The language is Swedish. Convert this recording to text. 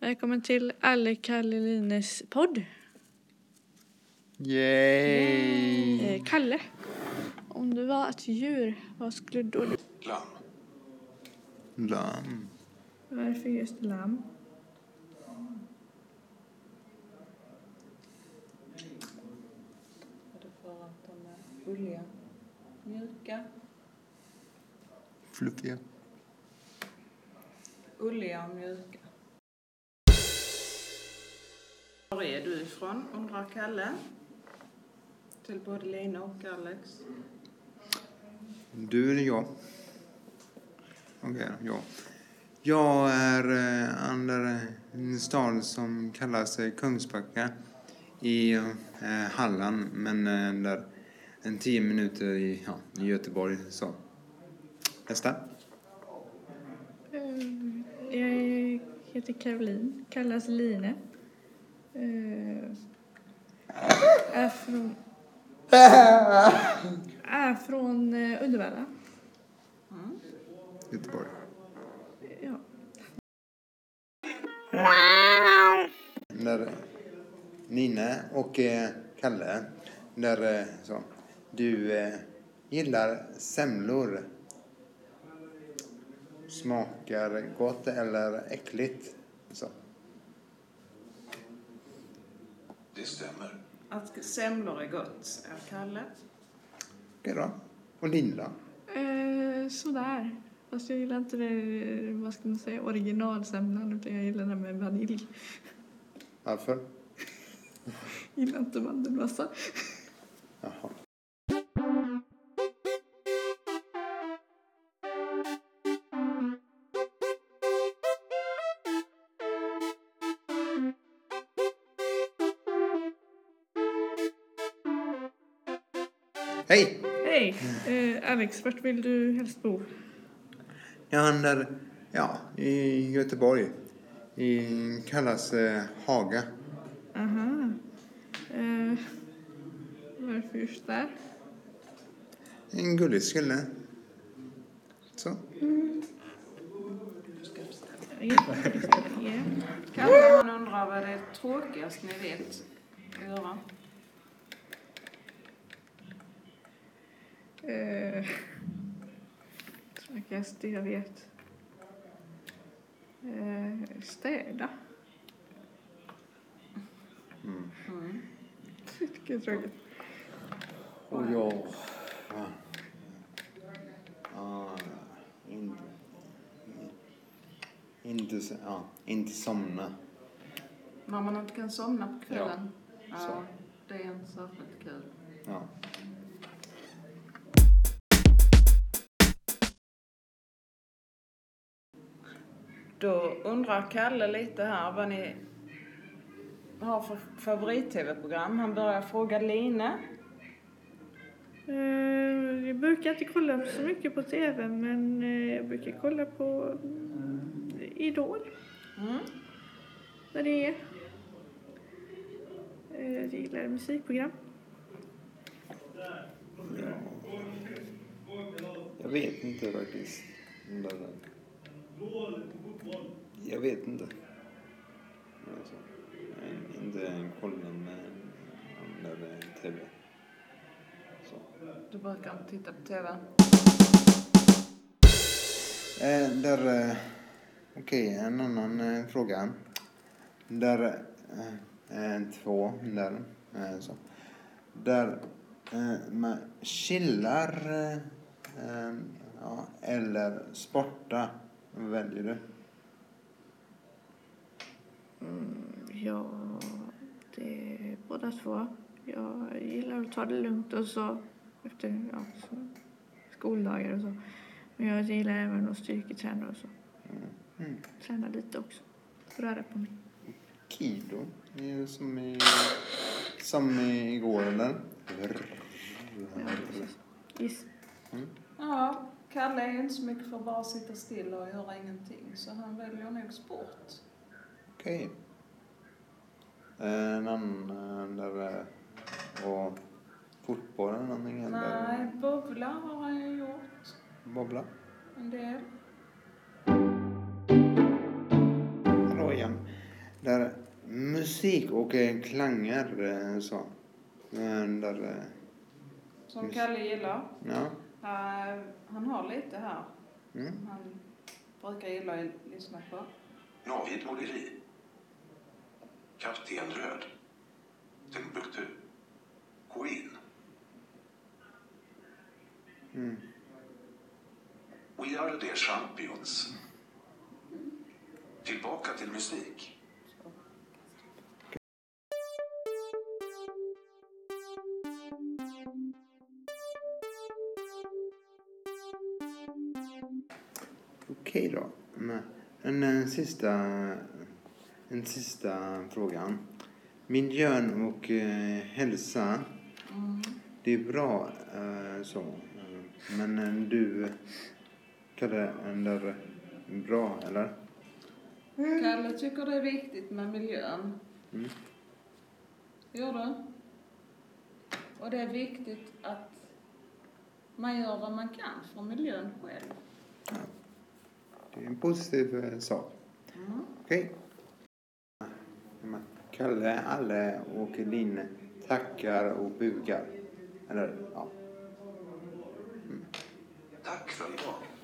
Välkommen till Alle Kalle Lines podd. Yay! Kalle, om du var ett djur, vad skulle du då? Lamm. Varför just lamm? Det för att de är gulliga, mjuka, Fluffiga. ulliga och mjuka. Var är du ifrån, undrar Kalle. Till både Lina och Alex. Du eller jag? Okej, ja. Jag är under en stad som kallas Kungsbacka i Halland, men där en 10 minuter i Göteborg. Så. Nästa. Jag heter Caroline, kallas Line. Är från Uddevalla. Göteborg. Ja. Där Nina och Kalle, där så. Du gillar semlor. Smakar gott eller äckligt? Så. Det stämmer. Att semlor är gott, är Kalle. Okej då. Och Linda? Sådär. Fast jag gillar inte det, vad ska man säga, originalsemlan, utan jag gillar det med vanilj. Varför? Jag gillar inte mandelmassa. Jaha. Hej! Hej! Alex, vart vill du helst bo? Jag handlar i Göteborg. Kallas Haga. Aha. Varför just där? En gullig skulle. Så. Du ska beställa. Ja. Kalle, han undrar vad det är tråkigast ni vet att göra. Tråkigaste jag vet. Städa. Vilket tråkigt. Och jag... inte somna. När man inte kan somna på kvällen. Ja, Ja, så. det är inte särskilt kul. Ja. Då undrar Kalle lite här vad ni har för favorit-tv-program. Han börjar fråga Line. Jag brukar inte kolla så mycket på tv, men jag brukar kolla på Idol. När det är. Jag gillar musikprogram. Jag vet inte faktiskt. Jag vet inte. Alltså, inte kolla med andra tv. Så. Du brukar inte titta på tv. Okej, en annan fråga. Där två där så. Där man chillar eller sporta, vad väljer du? Ja, det är båda två. Jag gillar att ta det lugnt och så efter så, skoldagar och så. Men jag gillar även att styrketräna och så. Träna lite också. Röra på mig. Kilo, som igår eller? Ja, precis. Yes. Ja, Kalle är ju inte så mycket för att bara sitta still och göra ingenting. Så han väljer nog sport. Okej. En annan där och fotboll eller någonting eller? Nej, bubbla har han ju gjort. Bobbla. En del. Hallå igen. Där musik och klanger så. Där, Som Kalle gillar. ja. Han har lite här. Mm. Han brukar gilla att lyssna på. Navid måleri. Kapten Röd. Timbuktu. Queen. Mm. We are the champions. Tillbaka till musik. Okej då. En sista frågan. Miljön och hälsa. Det är bra så. Men du kallar den där bra, eller? Kalle tycker det är viktigt med miljön. Mm. Gör du? Och det är viktigt att man gör vad man kan för miljön själv. Det är en positiv sak. Okej. Kalle, Alle och Linn tackar och bugar. Eller, ja. Tack för idag.